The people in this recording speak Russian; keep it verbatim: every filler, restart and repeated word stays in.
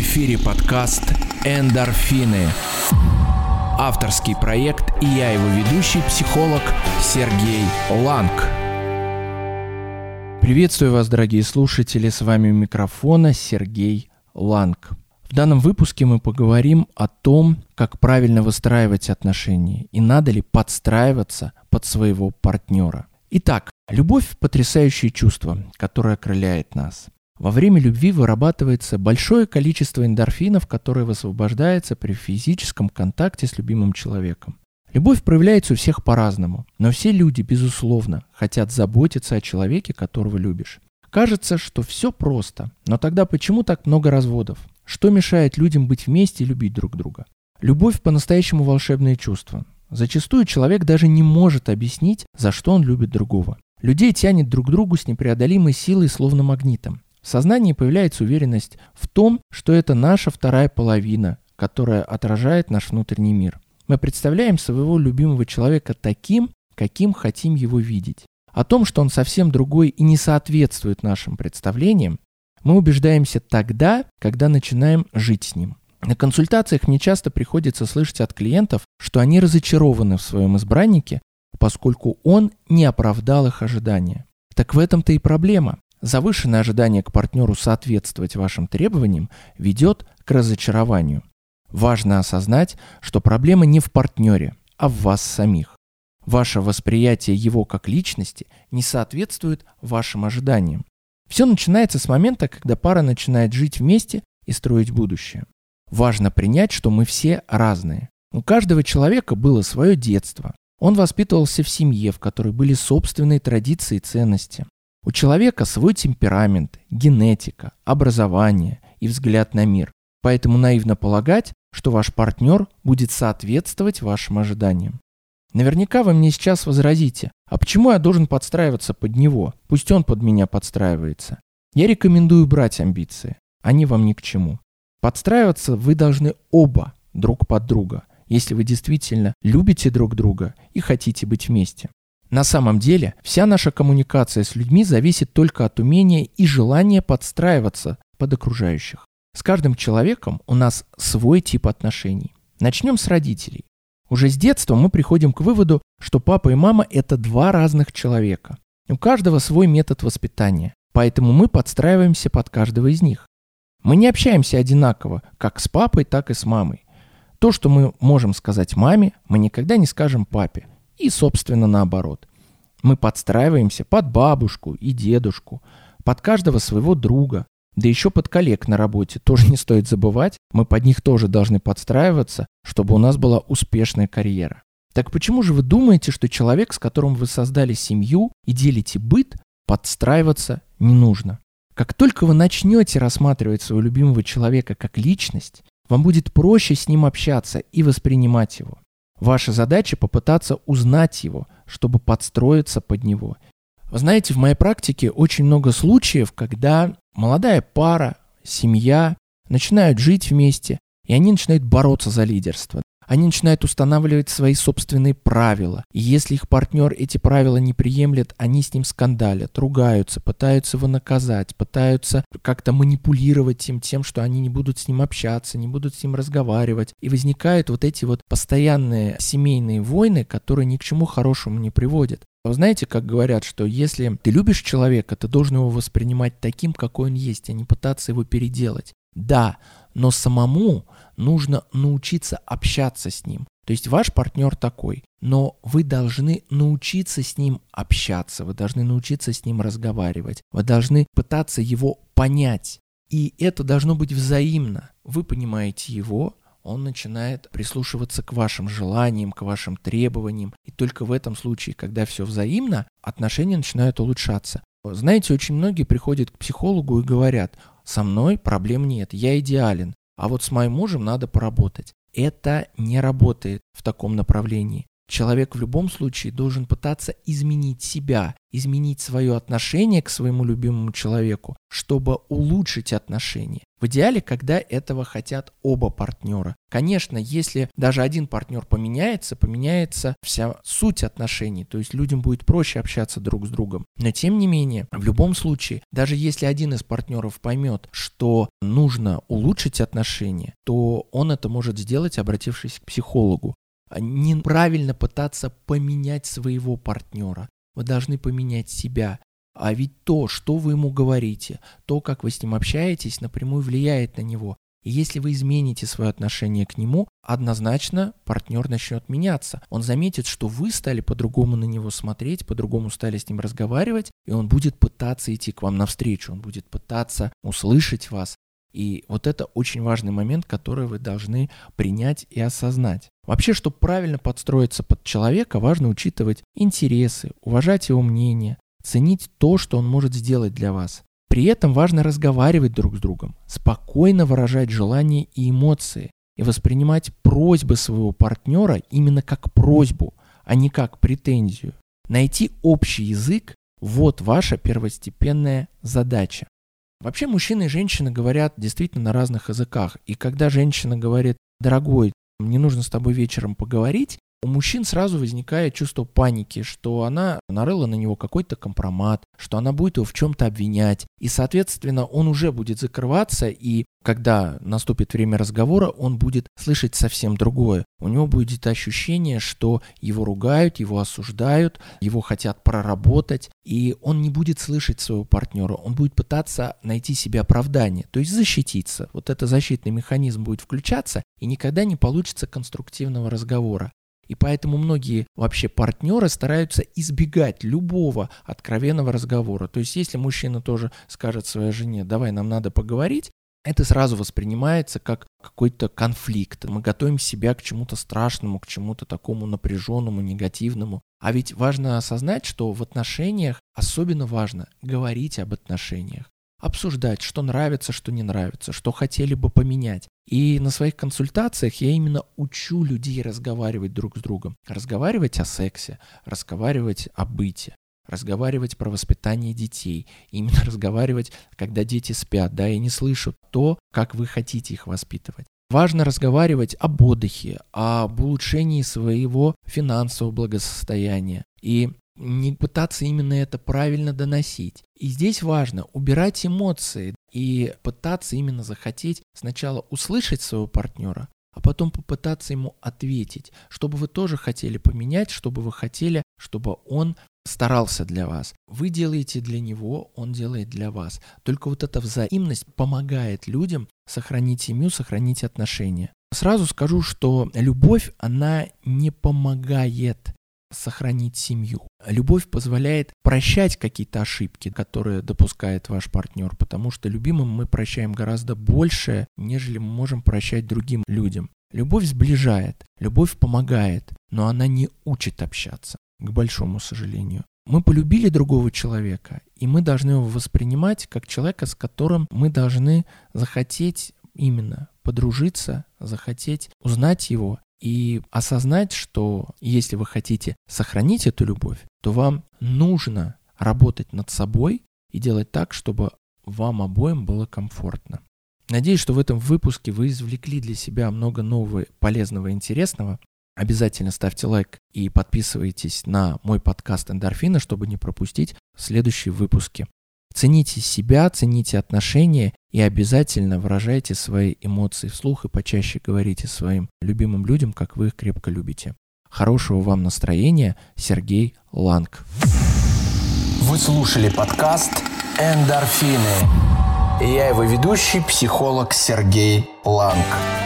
эфире подкаст «Эндорфины». Авторский проект и я его ведущий, психолог Сергей Ланг. Приветствую вас, дорогие слушатели, с вами у микрофона Сергей Ланг. В данном выпуске мы поговорим о том, как правильно выстраивать отношения и надо ли подстраиваться под своего партнера. Итак, любовь – потрясающее чувство, которое окрыляет нас. Во время любви вырабатывается большое количество эндорфинов, которые высвобождаются при физическом контакте с любимым человеком. Любовь проявляется у всех по-разному, но все люди, безусловно, хотят заботиться о человеке, которого любишь. Кажется, что все просто, но тогда почему так много разводов? Что мешает людям быть вместе и любить друг друга? Любовь по-настоящему волшебное чувство. Зачастую человек даже не может объяснить, за что он любит другого. Людей тянет друг к другу с непреодолимой силой, словно магнитом. В сознании появляется уверенность в том, что это наша вторая половина, которая отражает наш внутренний мир. Мы представляем своего любимого человека таким, каким хотим его видеть. О том, что он совсем другой и не соответствует нашим представлениям, мы убеждаемся тогда, когда начинаем жить с ним. На консультациях мне часто приходится слышать от клиентов, что они разочарованы в своем избраннике, поскольку он не оправдал их ожидания. Так в этом-то и проблема. Завышенное ожидание к партнеру соответствовать вашим требованиям ведет к разочарованию. Важно осознать, что проблема не в партнере, а в вас самих. Ваше восприятие его как личности не соответствует вашим ожиданиям. Все начинается с момента, когда пара начинает жить вместе и строить будущее. Важно принять, что мы все разные. У каждого человека было свое детство. Он воспитывался в семье, в которой были собственные традиции и ценности. У человека свой темперамент, генетика, образование и взгляд на мир. Поэтому наивно полагать, что ваш партнер будет соответствовать вашим ожиданиям. Наверняка вы мне сейчас возразите, а почему я должен подстраиваться под него? Пусть он под меня подстраивается. Я рекомендую брать амбиции, они вам ни к чему. Подстраиваться вы должны оба друг под друга, если вы действительно любите друг друга и хотите быть вместе. На самом деле, вся наша коммуникация с людьми зависит только от умения и желания подстраиваться под окружающих. С каждым человеком у нас свой тип отношений. Начнем с родителей. Уже с детства мы приходим к выводу, что папа и мама – это два разных человека. У каждого свой метод воспитания, поэтому мы подстраиваемся под каждого из них. Мы не общаемся одинаково, как с папой, так и с мамой. То, что мы можем сказать маме, мы никогда не скажем папе. И, собственно, наоборот. Мы подстраиваемся под бабушку и дедушку, под каждого своего друга, да еще под коллег на работе. Тоже не стоит забывать, мы под них тоже должны подстраиваться, чтобы у нас была успешная карьера. Так почему же вы думаете, что человек, с которым вы создали семью и делите быт, подстраиваться не нужно? Как только вы начнете рассматривать своего любимого человека как личность, вам будет проще с ним общаться и воспринимать его. Ваша задача попытаться узнать его, чтобы подстроиться под него. Вы знаете, в моей практике очень много случаев, когда молодая пара, семья начинают жить вместе, и они начинают бороться за лидерство. Они начинают устанавливать свои собственные правила. И если их партнер эти правила не приемлет, они с ним скандалят, ругаются, пытаются его наказать, пытаются как-то манипулировать им тем, что они не будут с ним общаться, не будут с ним разговаривать. И возникают вот эти вот постоянные семейные войны, которые ни к чему хорошему не приводят. Вы знаете, как говорят, что если ты любишь человека, ты должен его воспринимать таким, какой он есть, а не пытаться его переделать. Да, но самому нужно научиться общаться с ним. То есть ваш партнер такой, но вы должны научиться с ним общаться, вы должны научиться с ним разговаривать, вы должны пытаться его понять. И это должно быть взаимно. Вы понимаете его, он начинает прислушиваться к вашим желаниям, к вашим требованиям. И только в этом случае, когда все взаимно, отношения начинают улучшаться. Знаете, очень многие приходят к психологу и говорят: со мной проблем нет, я идеален, а вот с моим мужем надо поработать. Это не работает в таком направлении. Человек в любом случае должен пытаться изменить себя, изменить свое отношение к своему любимому человеку, чтобы улучшить отношения. В идеале, когда этого хотят оба партнера. Конечно, если даже один партнер поменяется, поменяется вся суть отношений, то есть людям будет проще общаться друг с другом. Но тем не менее, в любом случае, даже если один из партнеров поймет, что нужно улучшить отношения, то он это может сделать, обратившись к психологу. Неправильно пытаться поменять своего партнера. Вы должны поменять себя. А ведь то, что вы ему говорите, то, как вы с ним общаетесь, напрямую влияет на него. И если вы измените свое отношение к нему, однозначно партнер начнет меняться. Он заметит, что вы стали по-другому на него смотреть, по-другому стали с ним разговаривать, и он будет пытаться идти к вам навстречу, он будет пытаться услышать вас. И вот это очень важный момент, который вы должны принять и осознать. Вообще, чтобы правильно подстроиться под человека, важно учитывать интересы, уважать его мнение, ценить то, что он может сделать для вас. При этом важно разговаривать друг с другом, спокойно выражать желания и эмоции и воспринимать просьбы своего партнера именно как просьбу, а не как претензию. Найти общий язык – вот ваша первостепенная задача. Вообще мужчины и женщины говорят действительно на разных языках. И когда женщина говорит: «Дорогой, мне нужно с тобой вечером поговорить», у мужчин сразу возникает чувство паники, что она нарыла на него какой-то компромат, что она будет его в чем-то обвинять. И, соответственно, он уже будет закрываться, и когда наступит время разговора, он будет слышать совсем другое. У него будет ощущение, что его ругают, его осуждают, его хотят проработать, и он не будет слышать своего партнера, он будет пытаться найти себе оправдание, то есть защититься. Вот этот защитный механизм будет включаться, и никогда не получится конструктивного разговора. И поэтому многие вообще партнеры стараются избегать любого откровенного разговора. То есть если мужчина тоже скажет своей жене: «Давай, нам надо поговорить», это сразу воспринимается как какой-то конфликт. Мы готовим себя к чему-то страшному, к чему-то такому напряженному, негативному. А ведь важно осознать, что в отношениях особенно важно говорить об отношениях. Обсуждать, что нравится, что не нравится, что хотели бы поменять. И на своих консультациях я именно учу людей разговаривать друг с другом. Разговаривать о сексе, разговаривать о быте, разговаривать про воспитание детей. Именно разговаривать, когда дети спят, да, и не слышат то, как вы хотите их воспитывать. Важно разговаривать об отдыхе, об улучшении своего финансового благосостояния. И не пытаться именно это правильно доносить. И здесь важно убирать эмоции и пытаться именно захотеть сначала услышать своего партнера, а потом попытаться ему ответить, чтобы вы тоже хотели поменять, чтобы вы хотели, чтобы он старался для вас. Вы делаете для него, он делает для вас. Только вот эта взаимность помогает людям сохранить семью, сохранить отношения. Сразу скажу, что любовь, она не помогает сохранить семью. Любовь позволяет прощать какие-то ошибки, которые допускает ваш партнер, потому что любимым мы прощаем гораздо больше, нежели мы можем прощать другим людям. Любовь сближает, любовь помогает, но она не учит общаться, к большому сожалению. Мы полюбили другого человека, и мы должны его воспринимать как человека, с которым мы должны захотеть именно подружиться, захотеть узнать его, и осознать, что если вы хотите сохранить эту любовь, то вам нужно работать над собой и делать так, чтобы вам обоим было комфортно. Надеюсь, что в этом выпуске вы извлекли для себя много нового, полезного и интересного. Обязательно ставьте лайк и подписывайтесь на мой подкаст «Эндорфины», чтобы не пропустить следующие выпуски. Цените себя, цените отношения и обязательно выражайте свои эмоции вслух и почаще говорите своим любимым людям, как вы их крепко любите. Хорошего вам настроения, Сергей Ланг. Вы слушали подкаст «Эндорфины». Я его ведущий, психолог Сергей Ланг.